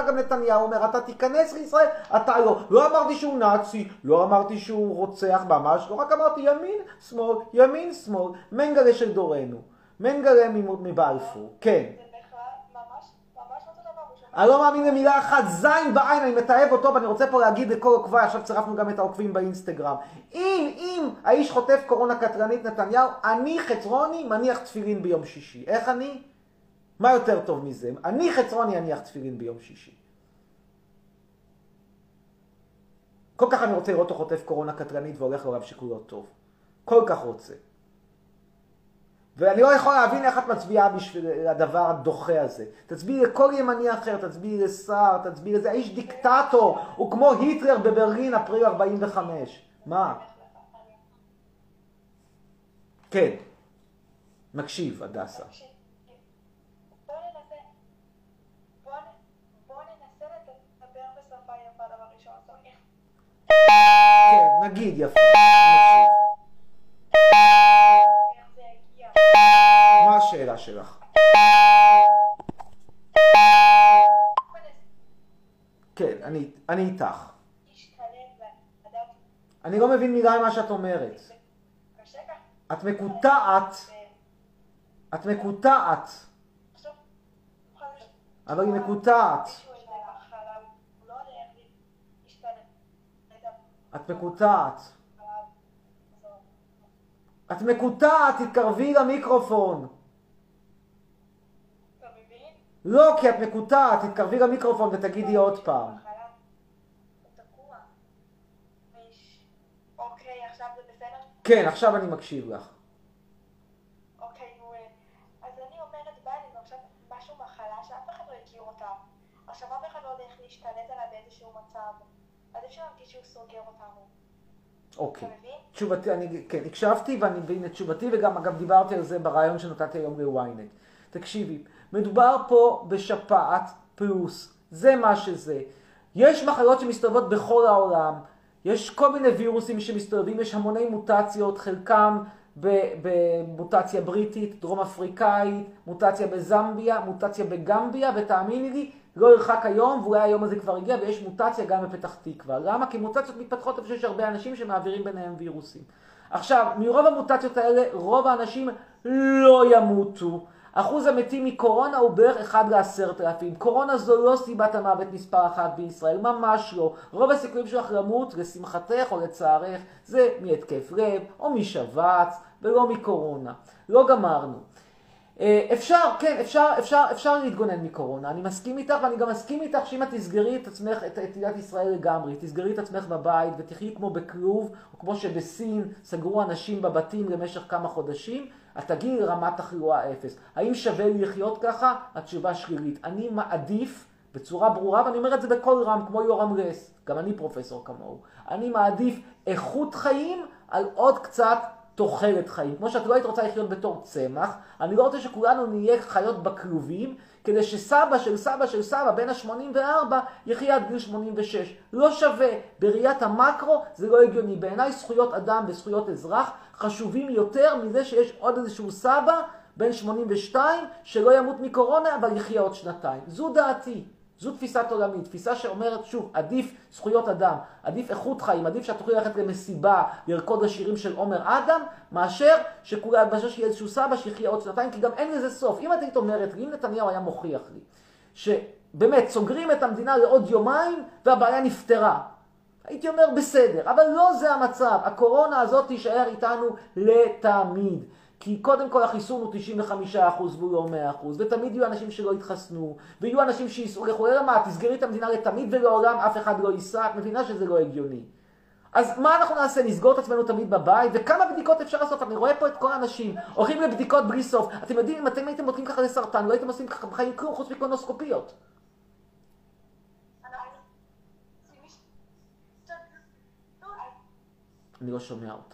גם נתניהו אומר, אתה תיכנס לישראל, אתה לא. לא אמרתי שהוא נאצי, לא אמרתי שהוא רוצח ממש, לא רק אמרתי ימין, שמאל, ימין, שמאל, מנגלה של דורנו. מנגלה מבלפור, כן. אני לא מאמין למילה אחת, זין בעין, אני מתאהב אותו ואני רוצה פה להגיד לכל עוקביי, עכשיו צירפנו גם את העוקבים באינסטגרם. אם האיש חוטף קורונה קטלנית נתניהו, אני חצרוני מניח תפילין ביום שישי. איך אני? מה יותר טוב מזה? אני חצרוני אניח תפילין ביום שישי. כל כך אני רוצה לראות אותו חוטף קורונה קטלנית והולך לעולם שכולו טוב. כל כך רוצה. ואני לא יכול להבין איך את מצביעה בשביל הדבר הדוחה הזה. תצביעי לכל ימני אחר, תצביעי לשר, תצביעי לזה. האיש דיקטטור, הוא כמו היטלר בברלין, אפריל 45. מה? כן. מקשיב, הדסה. בוא ננסה לדבר בשפה יפה דבר ראשון. כן, נגיד יפה. מקשיב. מה השאלה שלך? כן, אני איתך. אני לא מבין מילה ממה שאת אומרת. את מקוטעת. את מקוטעת. אבל היא מקוטעת. את מקוטעת. את מקוטעת, תתקרבי למיקרופון. אתה מבין? לא, כי את מקוטעת, תתקרבי למיקרופון ותגידי עוד פעם. אוקיי, עכשיו זה בסדר? כן, עכשיו אני מקשיב לך. אוקיי, אז אני אומרת, בא אלינו עכשיו משהו מחלה שאף אחד לא הכיר אותה. עכשיו אף אחד לא יודע איך להשתלט עליו באיזשהו מצב. אז אפשר להרגיש שהוא סוגר אותנו. אוקיי. אתה מבין? תשובתי, אני כן, הקשבתי ואני מבין את תשובתי, וגם אגב דיברתי על זה ברעיון שנתתי היום לוויינט. תקשיבי, מדובר פה בשפעת פלוס, זה מה שזה. יש מחלות שמסתובבות בכל העולם, יש כל מיני וירוסים שמסתובבים, יש המוני מוטציות, חלקם במוטציה בריטית, דרום אפריקאית, מוטציה בזמביה, מוטציה בגמביה, ותאמיני לי, לא ירחק היום, ואולי היום הזה כבר הגיע, ויש מוטציה גם בפתח תקווה. למה? כי מוטציות מתפתחות איפה שיש הרבה אנשים שמעבירים ביניהם וירוסים. עכשיו, מרוב המוטציות האלה, רוב האנשים לא ימותו. אחוז המתים מקורונה הוא בערך 1 ל10,000. קורונה זו לא סיבת המוות מספר 1 בישראל, ממש לא. רוב הסיכויים שלך למות, לשמחתך או לצערך, זה מהתקף לב או משבץ, ולא מקורונה. לא גמרנו. אפשר, כן, אפשר להתגונן מקורונה. אני מסכים איתך, ואני גם מסכים איתך שאם את תסגרי את עצמך, את מדינת ישראל לגמרי, תסגרי את עצמך בבית ותחיי כמו בכלוב, או כמו שבסין סגרו אנשים בבתים למשך כמה חודשים, את תגיעי לרמת תחלואה 0. האם שווה לי לחיות ככה? התשובה שלילית. אני מעדיף בצורה ברורה, ואני אומר את זה בכל רם, כמו יורם רס, גם אני פרופסור כמוהו. אני מעדיף איכות חיים על עוד קצת תוחלת חיים. כמו שאת לא היית רוצה לחיות בתור צמח, אני לא רוצה שכולנו נהיה חיות בכלובים, כדי שסבא של סבא של סבא בין ה-84 יחיה עד גיל 86. לא שווה. בראיית המקרו זה לא הגיוני. בעיניי זכויות אדם וזכויות אזרח חשובים יותר מזה שיש עוד איזשהו סבא בין 82 שלא ימות מקורונה אבל יחיה עוד 2 זו דעתי. זו תפיסת עולמית, תפיסה שאומרת שוב, עדיף זכויות אדם, עדיף איכות חיים, עדיף שאת תוכלי ללכת למסיבה, לרקוד לשירים של עומר אדם, מאשר שיהיה איזשהו סבא שיחיה עוד 2, כי גם אין לזה סוף. אם את היית אומרת, אם נתניהו היה מוכיח לי, שבאמת סוגרים את המדינה לעוד יומיים והבעיה נפתרה, הייתי אומר בסדר, אבל לא זה המצב. הקורונה הזאת תישאר איתנו לתמיד. כי קודם כל החיסון הוא 95% והוא לא 100%, ותמיד יהיו אנשים שלא יתחסנו, ויהיו אנשים שיסעו לכולי למה, תסגרי את המדינה לתמיד ולעולם אף אחד לא ייסע, את מבינה שזה לא הגיוני. אז מה אנחנו נעשה? נסגור את עצמנו תמיד בבית, וכמה בדיקות אפשר לעשות? אני רואה פה את כל האנשים, הולכים לבדיקות בלי סוף. אתם יודעים, אם אתם הייתם בודקים ככה לסרטן, לא הייתם עושים ככה בחיים כלום חוץ מקולונוסקופיות. אני לא שומע אותו.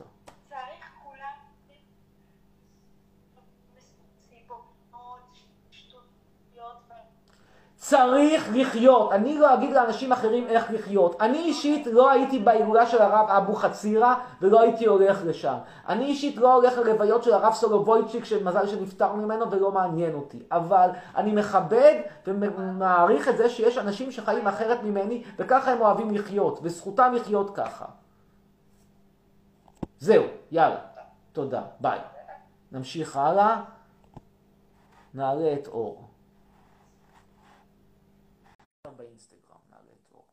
צריך לחיות. אני לא אגיד לאנשים אחרים איך לחיות. אני אישית לא הייתי בהילולה של הרב אבו חצירה ולא הייתי הולך לשם. אני אישית לא הולך ללוויות של הרב סולובויצ'יק שמזל שנפטר ממנו ולא מעניין אותי. אבל אני מכבד ומעריך את זה שיש אנשים שחיים אחרת ממני וככה הם אוהבים לחיות וזכותם לחיות ככה. זהו, יאללה. תודה, ביי. נמשיך הלאה. נעלה את אור. באינסטגרם נעלה את אור.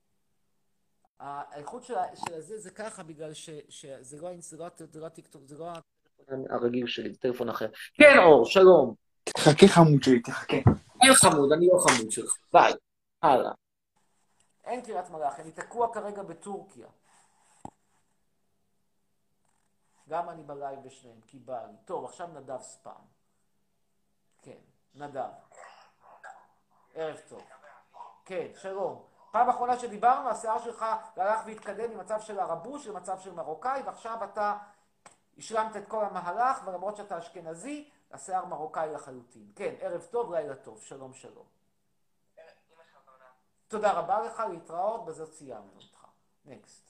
האיכות של זה זה ככה בגלל שזה לא טיקטוק, זה לא הרגיל שלי, זה טלפון אחר. כן אור, שלום. תחכה חמוד שלי, תחכה. אין חמוד, אני לא חמוד שלך. ביי, הלאה. אין קריית מלאכי, אני תקוע כרגע בטורקיה. גם אני בלייב בשניהם, כי בא לי. טוב, עכשיו נדב ספאם. כן, נדב. ערב טוב. כן, שלום. פעם אחרונה שדיברנו, השיער שלך הלך והתקדם ממצב של הרבוש למצב של מרוקאי, ועכשיו אתה השלמת את כל המהלך, ולמרות שאתה אשכנזי, השיער מרוקאי לחלוטין. כן, ערב טוב, לילה טוב. שלום, שלום. תודה רבה לך, להתראות, בזה סיימנו אותך. נקסט.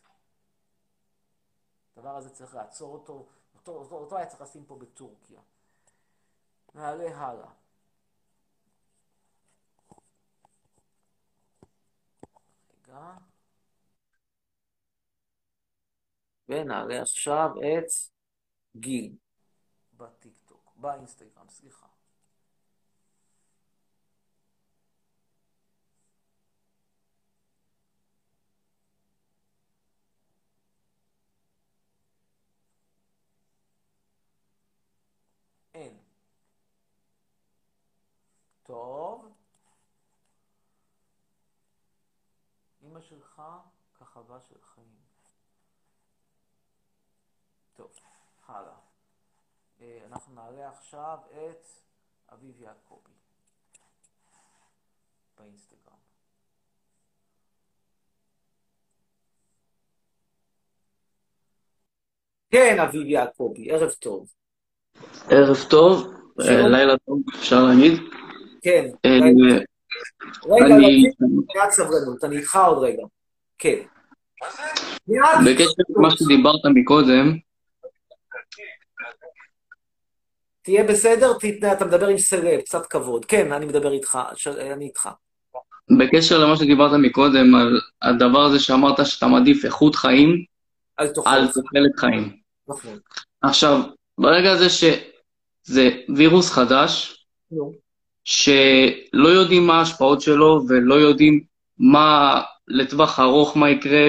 הדבר הזה צריך לעצור אותו היה צריך לשים פה בטורקיה. נעלה הלאה. רגע. ונעלה עכשיו את גיל. בטיקטוק, באינסטגרם, סליחה. אין. טוב. אמא שלך כחווה של חיים. טוב, הלאה. אנחנו נעלה עכשיו את אביב יעקבי. באינסטגרם. כן, אביב יעקבי, ערב טוב. ערב טוב, לילה טוב, אפשר להגיד? כן, רגע, קצת סבלנות, אני איתך עוד רגע. כן. בקשר למה שדיברת מקודם, תהיה בסדר, אתה מדבר עם סלב, קצת כבוד. כן, אני מדבר איתך, אני איתך. בקשר למה שדיברת מקודם, על הדבר הזה שאמרת שאתה מעדיף איכות חיים, על תוחלת חיים. נכון. עכשיו, ברגע הזה שזה וירוס חדש, שלא יודעים מה ההשפעות שלו, ולא יודעים מה לטווח ארוך מה יקרה,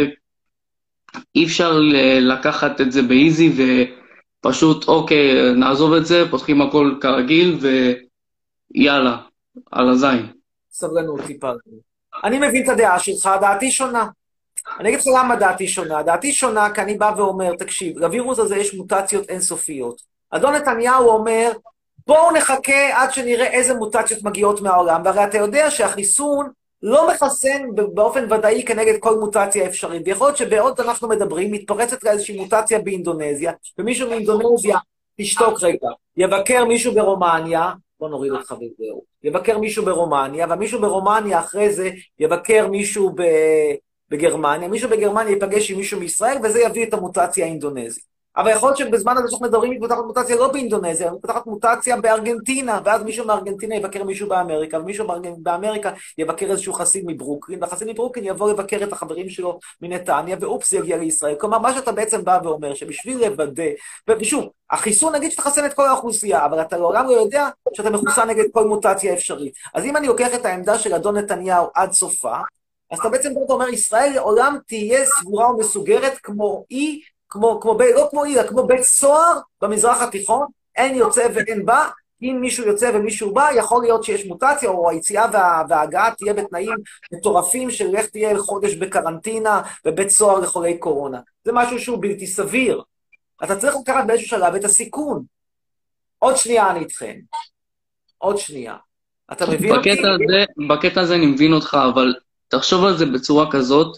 אי אפשר לקחת את זה באיזי ופשוט אוקיי, נעזוב את זה, פותחים הכל כרגיל ויאללה, על הזין. סבלנות טיפה. אני מבין את הדעה שלך, דעתי שונה. אני אגיד לך למה דעתי שונה. דעתי שונה כי אני בא ואומר, תקשיב, לווירוס הזה יש מוטציות אינסופיות. אדון נתניהו אומר, בואו נחכה עד שנראה איזה מוטציות מגיעות מהעולם, והרי אתה יודע שהחיסון לא מחסן באופן ודאי כנגד כל מוטציה אפשרית. ויכול להיות שבעוד אנחנו מדברים, מתפרצת לאיזושהי מוטציה באינדונזיה, ומישהו מאינדונזיה, תשתוק רגע, יבקר מישהו ברומניה, בוא נוריד אותך וזהו, יבקר מישהו ברומניה, ומישהו ברומניה אחרי זה יבקר מישהו בגרמניה, מישהו בגרמניה ייפגש עם מישהו מישראל, וזה יביא את המוטציה האינדונזית. אבל יכול להיות שבזמן הזה שאנחנו מדברים מתפתחת מוטציה לא באינדונזיה, מתפתחת מוטציה בארגנטינה, ואז מישהו מארגנטינה יבקר מישהו באמריקה, ומישהו באמריקה יבקר איזשהו חסיד מברוקלין, והחסיד מברוקלין יבוא לבקר את החברים שלו מנתניה, ואופס זה יגיע לישראל. כלומר, מה שאתה בעצם בא ואומר, שבשביל לוודא, ושוב, החיסון נגיד שתחסן את כל האוכלוסייה, אבל אתה לעולם לא יודע שאתה מחוסן נגד כל מוטציה אפשרית. אז אם אני לוקח את העמדה של אדון נתניהו עד סופה, אז אתה בעצם אומר, ישראל לעולם תהיה סגורה ומסוגרת כמו אי, לא כמו עיר, כמו בית סוהר במזרח התיכון, אין יוצא ואין בא, אם מישהו יוצא ומישהו בא, יכול להיות שיש מוטציה, או היציאה וההגעה תהיה בתנאים מטורפים של איך תהיה חודש בקרנטינה ובית סוהר לחולי קורונה. זה משהו שהוא בלתי סביר. אתה צריך לקחת באיזשהו שלב את הסיכון. עוד שנייה אני איתכם. עוד שנייה. אתה מבין אותי? בקטע הזה אני מבין אותך, אבל תחשוב על זה בצורה כזאת,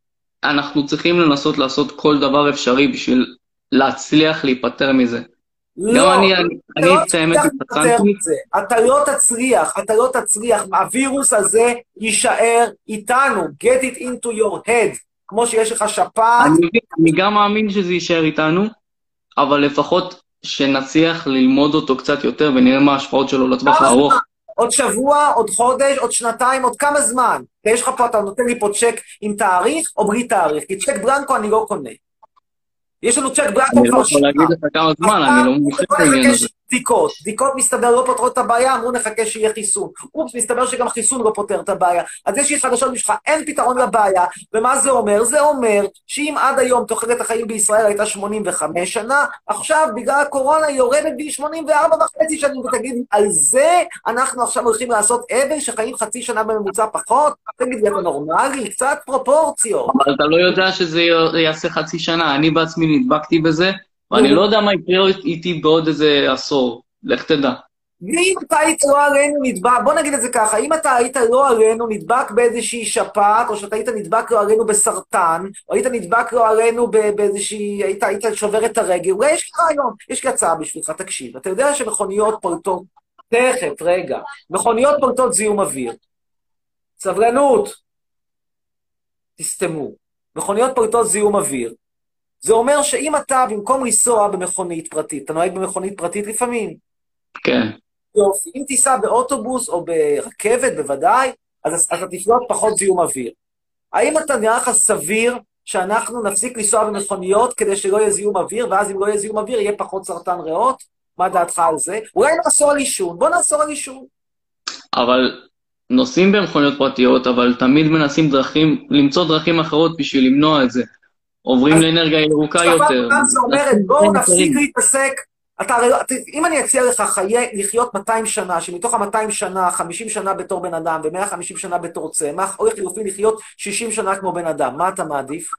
אנחנו צריכים לנסות לעשות כל דבר אפשרי בשביל להצליח להיפטר מזה. לא, אני את האמת התחתנתי. אתה לא תצליח, הווירוס הזה יישאר איתנו, get it into your head, כמו שיש לך שפעת. אני גם מאמין שזה יישאר איתנו, אבל לפחות שנצליח ללמוד אותו קצת יותר ונראה מה ההשפעות שלו לטווח הארוך. עוד שבוע, עוד חודש, עוד שנתיים, עוד כמה זמן? יש לך פה, אתה נותן לי פה צ'ק עם תאריך או בלי תאריך, כי צ'ק בלנקו אני לא קונה. יש לנו צ'ק בלנקו אני לא יכול להגיד לך כמה זמן, אני לא מומחה בעניין הזה. בדיקות מסתבר לא פותרות את הבעיה, אמרו נחכה שיהיה חיסון. אופס, מסתבר שגם חיסון לא פותר את הבעיה. אז יש לי חדשות בשבילך, אין פתרון לבעיה. ומה זה אומר? זה אומר שאם עד היום תוחלת החיים בישראל הייתה 85 שנה, עכשיו בגלל הקורונה היא יורדת ב 84.5 שנים, ותגיד, על זה אנחנו עכשיו הולכים לעשות אבל שחיים חצי שנה בממוצע פחות? תגיד, אתה נורמלי? קצת פרופורציות. אבל אתה לא יודע שזה יעשה חצי שנה, אני בעצמי נדבקתי בזה, ואני לא יודע מה יקרה איתי בעוד איזה עשור, לך תדע. ואם אתה היית לא עלינו נדבק, בוא נגיד את זה ככה, אם אתה היית לא עלינו נדבק באיזושהי שפעת, או שאתה היית נדבק לא עלינו בסרטן, או היית נדבק לא עלינו באיזושהי, היית שובר את הרגל, אולי יש לך היום, יש לי הצעה בשבילך, תקשיב, אתה יודע שמכוניות פולטות, תכף, רגע, מכוניות פולטות זיהום אוויר, סבלנות, תסתמו, מכוניות פולטות זיהום אוויר, זה אומר שאם אתה במקום לנסוע במכונית פרטית, אתה נוהג במכונית פרטית לפעמים, כן. יופי, אם תיסע באוטובוס או ברכבת, בוודאי, אז אתה תפלוט פחות זיהום אוויר. האם אתה נראה לך סביר שאנחנו נפסיק לנסוע במכוניות כדי שלא יהיה זיהום אוויר, ואז אם לא יהיה זיהום אוויר, יהיה פחות סרטן ריאות? מה דעתך על זה? אולי נאסור על עישון, בוא נאסור על עישון. אבל נוסעים במכוניות פרטיות, אבל תמיד מנסים למצוא דרכים אחרות בשביל למנוע את זה. עוברים לאנרגיה ירוקה יותר. זה אומרת, בואו נפסיק להתעסק. אם אני אציע לך לחיות 200 שנה, שמתוך ה-200 שנה, 50 שנה בתור בן אדם, ו-150 שנה בתור צמח, או לחילופין לחיות 60 שנה כמו בן אדם, מה אתה מעדיף?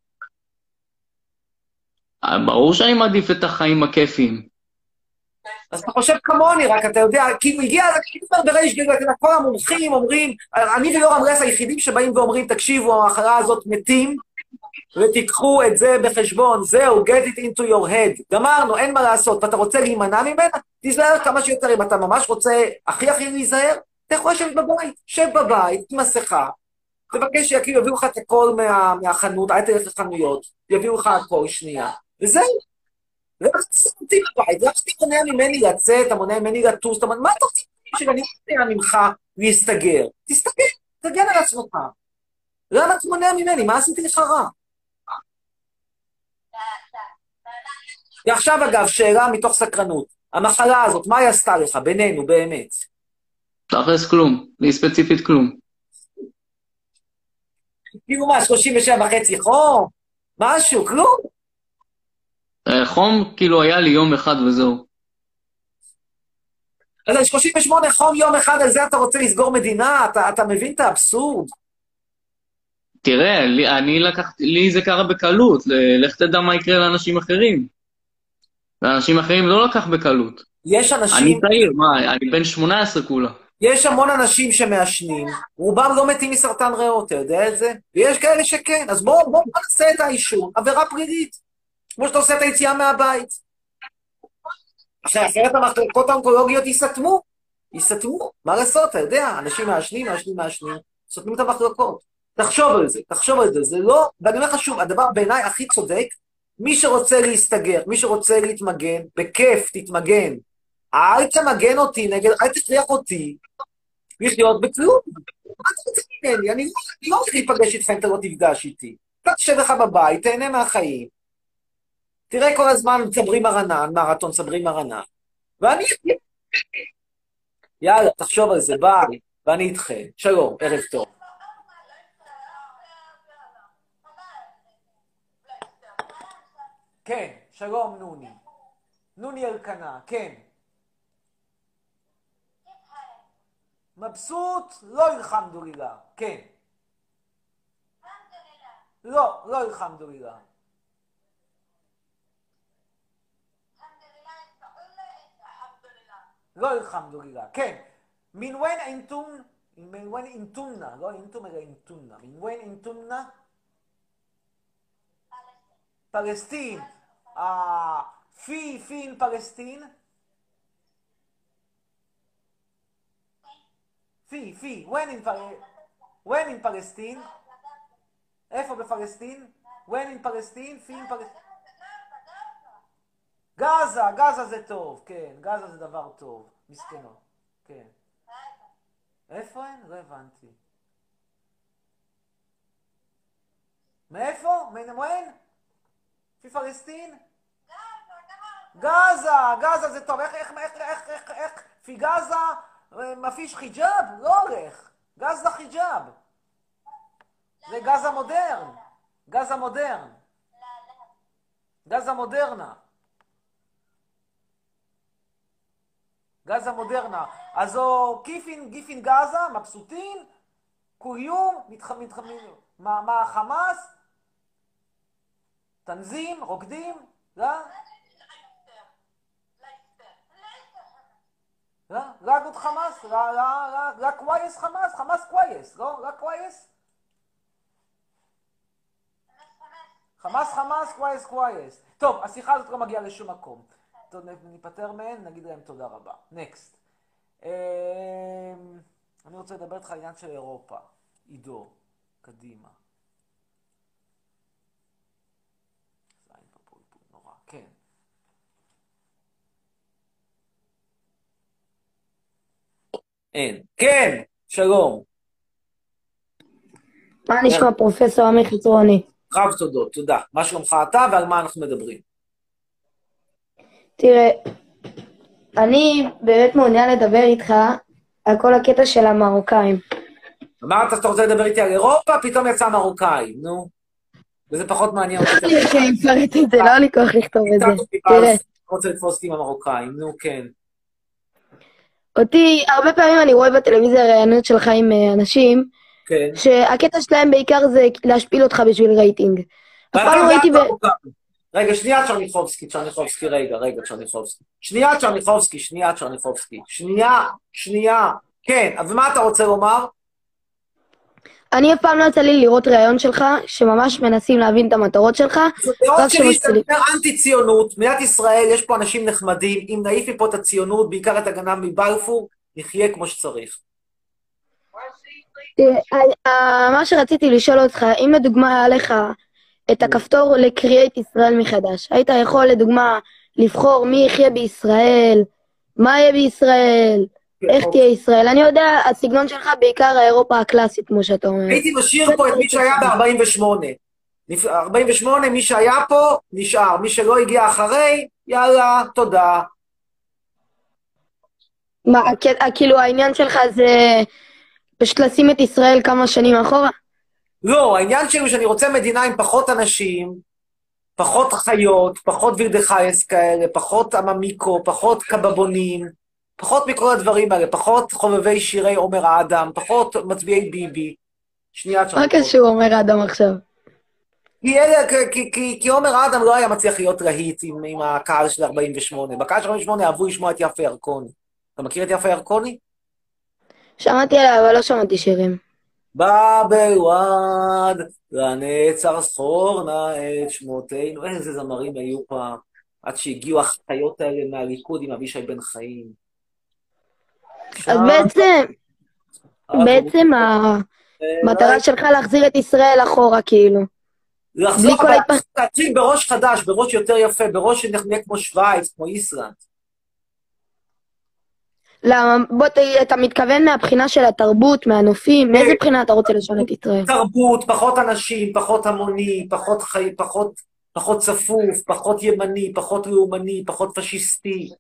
ברור שאני מעדיף את החיים הכיפיים. אז אתה חושב כמוני, רק אתה יודע, כאילו הגיע, בריש גלי, כל המומחים אומרים, אני ויורם רס היחידים שבאים ואומרים, תקשיבו, המחלה הזאת מתים, ותיקחו את זה בחשבון, זהו, get it into your head. גמרנו, אין מה לעשות, ואתה רוצה להימנע ממנה? תיזהר כמה שיותר, אם אתה ממש רוצה הכי להיזהר, אתה יכול לשבת בבית, שב בבית, עם מסכה, תבקש שיקיעו, יביאו לך את הכל מהחנות, אל תלך לחנויות, יביאו לך הכל שנייה, וזהו. למה תסתכלתי בבית? למה אתה מונע ממני לצאת, אתה מונע ממני לטוס, מה אתה רוצה שאני מונע ממך להסתגר? תסתגר, תגן על עצמך. למה אתה מונע ממני? מה עשיתי לך רע? ועכשיו אגב, שאלה מתוך סקרנות. המחלה הזאת, מה היא עשתה לך, בינינו, באמת? תכלס כלום, לי ספציפית כלום. כאילו מה, 37.5 חום? משהו, כלום? חום כאילו היה לי יום אחד וזהו. אז על 38 חום יום אחד, על זה אתה רוצה לסגור מדינה? אתה מבין את האבסורד? תראה, לי זה קרה בקלות, לך תדע מה יקרה לאנשים אחרים. לאנשים אחרים לא לקח בקלות. יש אנשים... אני צעיר, מה, אני בן 18 כולה. יש המון אנשים שמעשנים, רובם לא מתים מסרטן ריאות, אתה יודע את זה? ויש כאלה שכן, אז בוא נעשה את העישון, עבירה פלילית, כמו שאתה עושה את היציאה מהבית. אחרת המחלקות האונקולוגיות ייסתמו, מה לעשות, אתה יודע, אנשים מעשנים, סותמים את המחלקות. תחשוב על זה, זה לא, ואני אומר לך שוב, הדבר בעיניי הכי צודק, מי שרוצה להסתגר, מי שרוצה להתמגן, בכיף תתמגן, אל תמגן אותי נגד, אל תכריח אותי לחיות בכלום. מה אתה רוצה ממני? אני לא הולך להיפגש איתך אם אתה לא תפגש איתי. אתה תשב לך בבית, תהנה מהחיים. תראה כל הזמן צברים הרנן, מרתון צברים הרנן. ואני... יאללה, תחשוב על זה, ביי, ואני איתכם. שלום, ערב טוב. כן, שלום נוני. נוני אלקנה, כן. מבסוט? לא אלחמדולילה, כן. לא אלחמדולילה. לא אלחמדולילה, כן. מן ון אינטומנה, לא אינטום אלא אינטומנה. מן ון אינטומנה? פלסטין. פי אין פלסטין? פי, when in Palestine? איפה בפלסטין? when in Palestine? פי in Palestine? גזה זה טוב, כן, גזה זה דבר טוב, מסכנות, כן. איפה הן? לא הבנתי. מאיפה? מן? פי פלסטין? גזה זה טוב, איך, פי גזה, מפיש חיג'אב? לא הולך, גזה חיג'אב. זה גזה מודרן, גזה מודרנה. אז גיפין גזה, מבסוטין, כל יום, מתחמים, מה חמאס? תנזים, רוקדים, לא? רק עוד חמאס, רק קווייס חמאס קווייס, לא? רק קווייס? חמאס, קווייס. טוב, השיחה הזאת לא מגיעה לשום מקום. טוב, ניפטר מהן, נגיד להם תודה רבה. נקסט. אני רוצה לדבר איתך על עניין של אירופה. עידו, קדימה. זין פפולפול, נורא, כן. אין. כן, שלום. מה נשמע פרופסור עמי חצרוני? רב תודות, תודה. מה שלומך אתה ועל מה אנחנו מדברים? תראה, אני באמת מעוניין לדבר איתך על כל הקטע של המרוקאים. אמרת שאתה רוצה לדבר איתי על אירופה, פתאום יצא מרוקאים, נו. וזה פחות מעניין אותי. אני אפרט את זה, לא לי כוח לכתוב את זה. תראה. רוצה לתפוס אותי עם המרוקאים, נו כן. אותי, הרבה פעמים אני רואה בטלוויזיה רעיונות שלך עם אנשים, כן. שהקטע שלהם בעיקר זה להשפיל אותך בשביל רייטינג. אפילו ראיתי רגע, שנייה צ'רניחובסקי, רגע, צ'רניחובסקי. שנייה צ'רניחובסקי. שנייה. כן, אבל מה אתה רוצה לומר? אני אף פעם לא יצא לי לראות רעיון שלך, שממש מנסים להבין את המטרות שלך. זאת דעות שלי זה יותר אנטי-ציונות. מדינת ישראל, יש פה אנשים נחמדים, אם נעיף מפה את הציונות, בעיקר את הגנב מבלפור, נחיה כמו שצריך. מה שרציתי לשאול אותך, אם לדוגמה היה לך את הכפתור לקריאט ישראל מחדש, היית יכול לדוגמה לבחור מי יחיה בישראל, מה יהיה בישראל, איך תהיה ישראל. אני יודע, הסגנון שלך בעיקר האירופה הקלאסית, כמו שאתה אומר. הייתי משאיר פה את מי שהיה ב-48. 48, מי שהיה פה, נשאר. מי שלא הגיע אחרי, יאללה, תודה. מה, כאילו העניין שלך זה פשוט לשים את ישראל כמה שנים אחורה? לא, העניין שלי הוא שאני רוצה מדינה עם פחות אנשים, פחות חיות, פחות וירדחייס כאלה, פחות עממיקו, פחות קבבונים, פחות מכל הדברים האלה, פחות חובבי שירי עומר אדם, פחות מצביעי ביבי. שנייה, מה קשור עומר אדם עכשיו? כי עומר אדם לא היה מצליח להיות להיט עם הקהל של 48. בקהל של 48 אהבו לשמוע את יפה ירקוני. אתה מכיר את יפה ירקוני? שמעתי עליה, אבל לא שמעתי שירים. בבלוואד, לנצר זכור נא את שמותינו. איזה זמרים היו פעם, עד שהגיעו החיות האלה מהליכוד עם אבישי בן חיים. אז בעצם המטרה שלך להחזיר את ישראל אחורה, כאילו. להתחיל בראש חדש, בראש יותר יפה, בראש שנהיה כמו שוויץ, כמו איסלנד. למה? בוא תגיד, אתה מתכוון מהבחינה של התרבות, מהנופים, מאיזה בחינה אתה רוצה לשנות את ישראל? תרבות, פחות אנשים, פחות המוני, פחות צפוף, פחות ימני, פחות לאומני, פחות פשיסטי.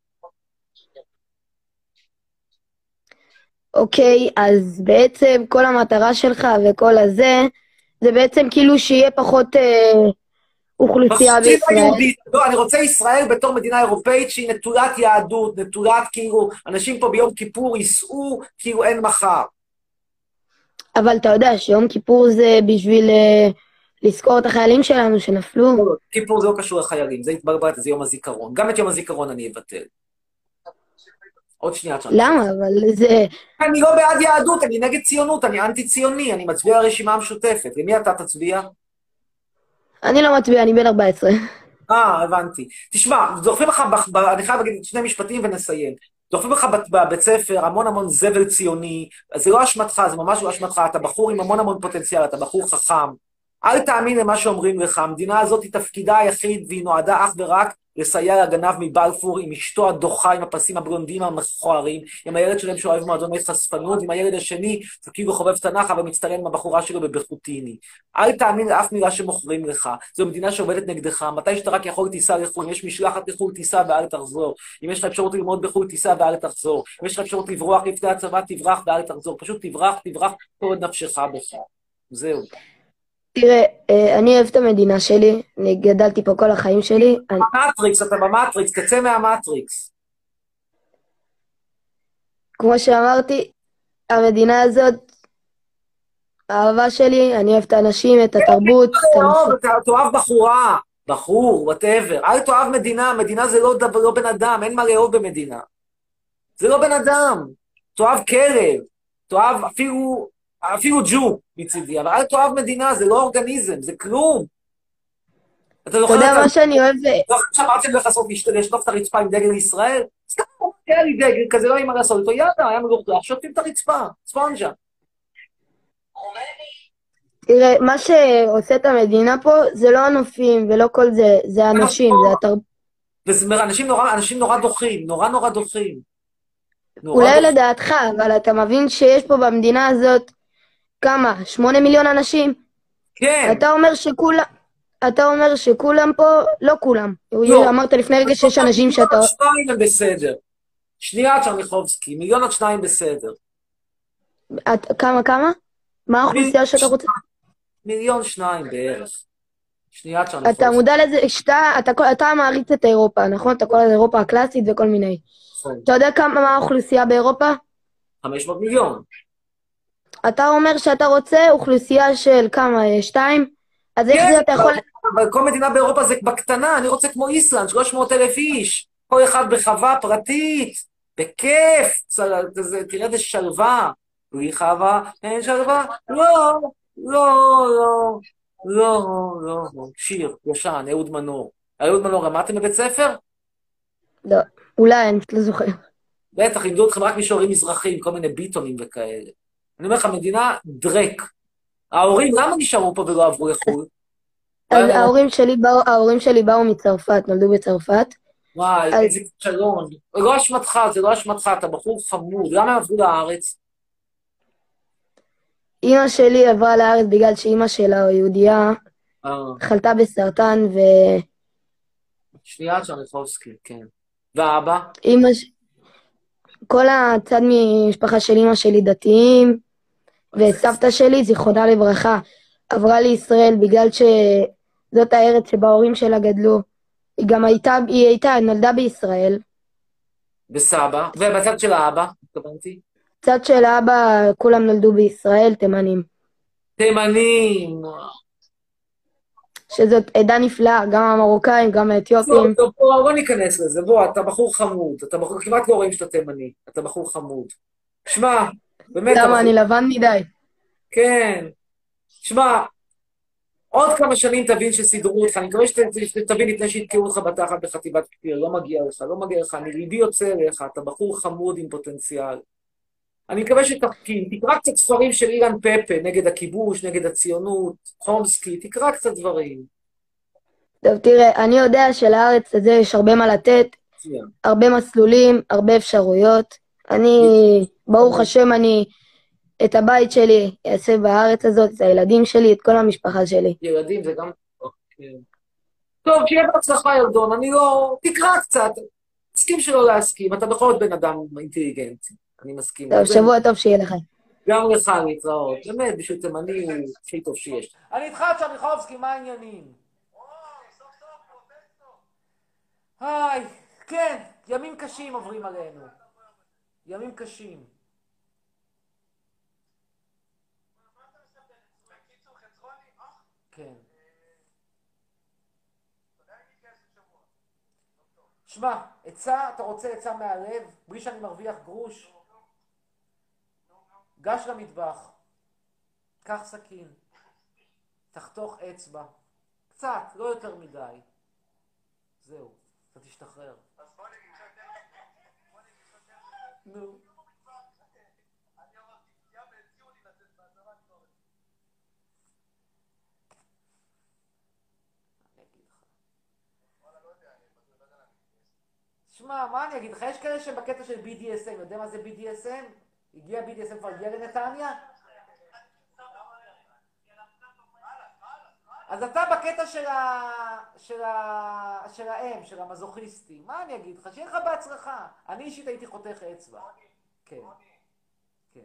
אוקיי, אז בעצם כל המטרה שלך וכל הזה, זה בעצם כאילו שיהיה פחות אוכלוסייה בישראל. לא, אני רוצה ישראל בתור מדינה אירופאית שהיא נטולת יהדות, נטולת כאילו, אנשים פה ביום כיפור ייסעו כאילו אין מחר. אבל אתה יודע שיום כיפור זה בשביל לזכור את החיילים שלנו שנפלו. לא, כיפור זה לא קשור לחיילים, זה התברברת, זה יום הזיכרון. גם את יום הזיכרון אני אבטל. עוד שנייה. למה? אבל זה... אני לא בעד יהדות, אני נגד ציונות, אני אנטי-ציוני, אני מצביע לרשימה המשותפת. למי אתה תצביע? אני לא מצביע, אני בן 14. הבנתי. תשמע, זוכרים לך, אני חייב להגיד שני משפטים ונסיים. דוחפים לך בבית ספר המון המון זבל ציוני, אז זה לא אשמתך, זה ממש לא אשמתך, אתה בחור עם המון המון פוטנציאל, אתה בחור חכם. אל תאמין למה שאומרים לך, המדינה הזאת היא תפקידה היחיד, והיא נועדה אך ורק לסייע לגנב מבלפור, עם אשתו הדוחה, עם הפסים הבלונדים המכוערים, עם הילד שלהם שאוהב מועדוני חשפנות, עם הילד השני, זה כאילו חובב תנ"ך, אבל מצטלם עם הבחורה שלו בבחוטיני. אל תאמין לאף מילה שמוכרים לך, זו מדינה שעובדת נגדך, מתי שאתה רק יכול תיסע לחו"ל, אם יש משלחת לחו"ל תיסע ואל תחזור, אם יש לך אפשרות ללמוד בחו"ל תיסע ואל תחזור, אם יש לך אפשרות לברוח לפני הצבא תברח ואל תחזור, פשוט תברח כל נפשך בך. זהו. תראה, אני אוהב את המדינה שלי, אני גדלתי פה כל החיים שלי. במטריקס, אתה במטריקס, תצא מהמטריקס. כמו שאמרתי, המדינה הזאת, האהבה שלי, אני אוהב את האנשים, את התרבות, את הנושא. אתה תאהב בחורה, בחור, whatever. אל תאהב מדינה, מדינה זה לא בן אדם, אין מה לאהוב במדינה. זה לא בן אדם. תאהב כלב, תאהב אפילו ג'ו מצידי, אבל אל תאהב מדינה, זה לא אורגניזם, זה כלום. אתה יודע מה שאני אוהב? לא שמעתם לך לעשות לשטוף את הרצפה עם דגל ישראל? סתם, היה לי דגל כזה, לא היה מה לעשות איתו, יאללה, היה מלוכלך, שוטפים את הרצפה, ספונג'ה. תראה, מה שעושה את המדינה פה זה לא הנופים ולא כל זה, זה האנשים, זה התרבות. אנשים נורא דוחים, נורא דוחים. אולי לדעתך, אבל אתה מבין שיש פה במדינה הזאת כמה? 8 מיליון אנשים? כן. אתה אומר שכולם פה, לא כולם. לא. אמרת לפני רגע שיש אנשים שאתה... 1,2 הם בסדר. שנייה צ'רניחובסקי, 1,2 בסדר. כמה? מה האוכלוסייה שאתה רוצה? 1,2 בערך. שנייה צ'רניחובסקי. אתה מודע לזה, אתה מעריץ את אירופה, נכון? אתה קורא לאירופה הקלאסית וכל מיני. אתה יודע מה האוכלוסייה באירופה? 500 מיליון. אתה אומר שאתה רוצה אוכלוסייה של כמה? 2? אז איך זה אתה יכול... אבל כל מדינה באירופה זה בקטנה, אני רוצה כמו איסלנד, 300,000 איש. כל אחד בחווה פרטית, בכיף, תראה איזה שלווה. בלי חווה, אין שלווה? לא. שיר, ישן, אהוד מנור. אהוד מנור, למדתם בבית ספר? לא, אולי, אני לא זוכר. בטח, לימדו אתכם רק מישורים מזרחיים, כל מיני ביטונים וכאלה. אני אומר לך, מדינה דרק. ההורים, למה נשארו פה ולא עברו לחו"ל? ההורים שלי באו מצרפת, נולדו בצרפת. וואי, איזה כישלון. לא אשמתך, זה לא אשמתך, אתה בחור חמוד. למה הם עברו לארץ? אמא שלי עברה לארץ בגלל שאמא שלה, יהודייה, חלתה בסרטן שנייה צ'רניחובסקי, כן. ואבא? כל הצד ממשפחה של אמא שלי דתיים, וסבתא שלי, זיכרונה לברכה, עברה לישראל בגלל שזאת הארץ שבה ההורים שלה גדלו. היא נולדה בישראל. וסבא? ובצד של האבא, התכוונתי? צד של האבא, כולם נולדו בישראל, תימנים. תימנים! שזאת עדה נפלאה, גם המרוקאים, גם האתיופים. בוא ניכנס לזה, בוא, אתה בחור חמוד, אתה בחור, כמעט לא רואים שאתה תימני, אתה בחור חמוד. שמע, באמת... למה, אני לבן מדי. כן. שמע, עוד כמה שנים תבין שסידרו אותך, אני מקווה שתבין לפני שיתקעו אותך בתחת בחטיבת כפיר, לא מגיע לך, אני ליבי יוצא אליך, אתה בחור חמוד עם פוטנציאל. אני מקווה שתפקים, תקרא קצת ספרים של אילן פפה, נגד הכיבוש, נגד הציונות, חומסקי, תקרא קצת דברים. טוב, תראה, אני יודע שלארץ הזה יש הרבה מה לתת, הרבה מסלולים, הרבה אפשרויות. ברוך השם, את הבית שלי אעשה בארץ הזאת, את הילדים שלי, את כל המשפחה שלי. ילדים זה גם... טוב, שיהיה בהצלחה ילדון, תקרא קצת, תסכים שלא להסכים, אתה בכל זאת בן אדם אינטליגנטי. אני מסכים. טוב, שבוע טוב שיהיה לך. גם לך להתראות. באמת, בשביל תימני הוא הכי טוב שיש. אני איתך, צ'רניחובסקי, מה העניינים? היי, כן, ימים קשים עוברים עלינו. ימים קשים. כן. שמע, אתה רוצה עצה מהלב, בלי שאני מרוויח גרוש? גש למטבח, קח סכין, תחתוך אצבע, קצת, לא יותר מדי. זהו, אתה תשתחרר. נו. שמע, מה אני אגיד לך? יש כאלה שהם בקטע של BDSM, יודע מה זה BDSM? הגיע BDSM כבר הגיע לנתניה? אז אתה בקטע של האם, של המזוכיסטים. מה אני אגיד לך? שיהיה לך בהצלחה. אני אישית הייתי חותך אצבע. כן. כן.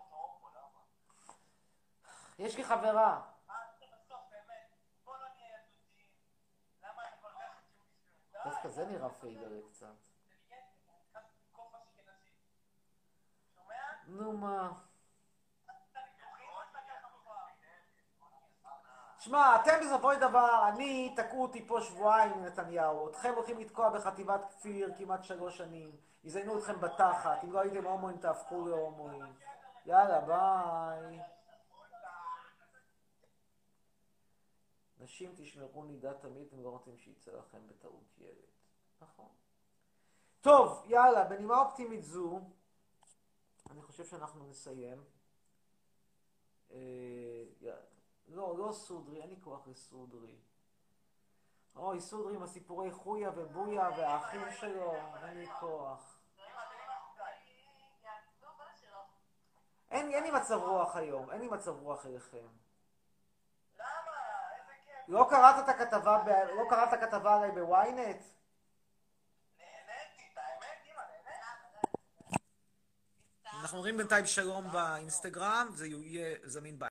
יש לי חברה. דווקא זה נראה פייגר קצת. נו מה. שמע, אתם בסופו של דבר, תקעו אותי פה שבועיים עם נתניהו, אתכם הולכים לתקוע בחטיבת כפיר כמעט 3 שנים, יזיינו אתכם בתחת, אם לא הייתם הומואים תהפכו להומואים. יאללה, ביי. נשים תשמרו נידה תמיד, אתם לא רוצים שיצא לכם בטעות ילד. נכון. טוב, יאללה, בנימה אופטימית זו, אני חושב שאנחנו נסיים. לא סודרי, אין לי כוח לסודרי. אוי, סודרי עם הסיפורי חויה ובויה והאחים שלו, אין לי כוח. אין לי מצב רוח היום, אין לי מצב רוח אליכם. לא קראת את הכתבה עליי בוויינט? אנחנו אומרים בינתיים שלום באינסטגרם, זה יהיה זמין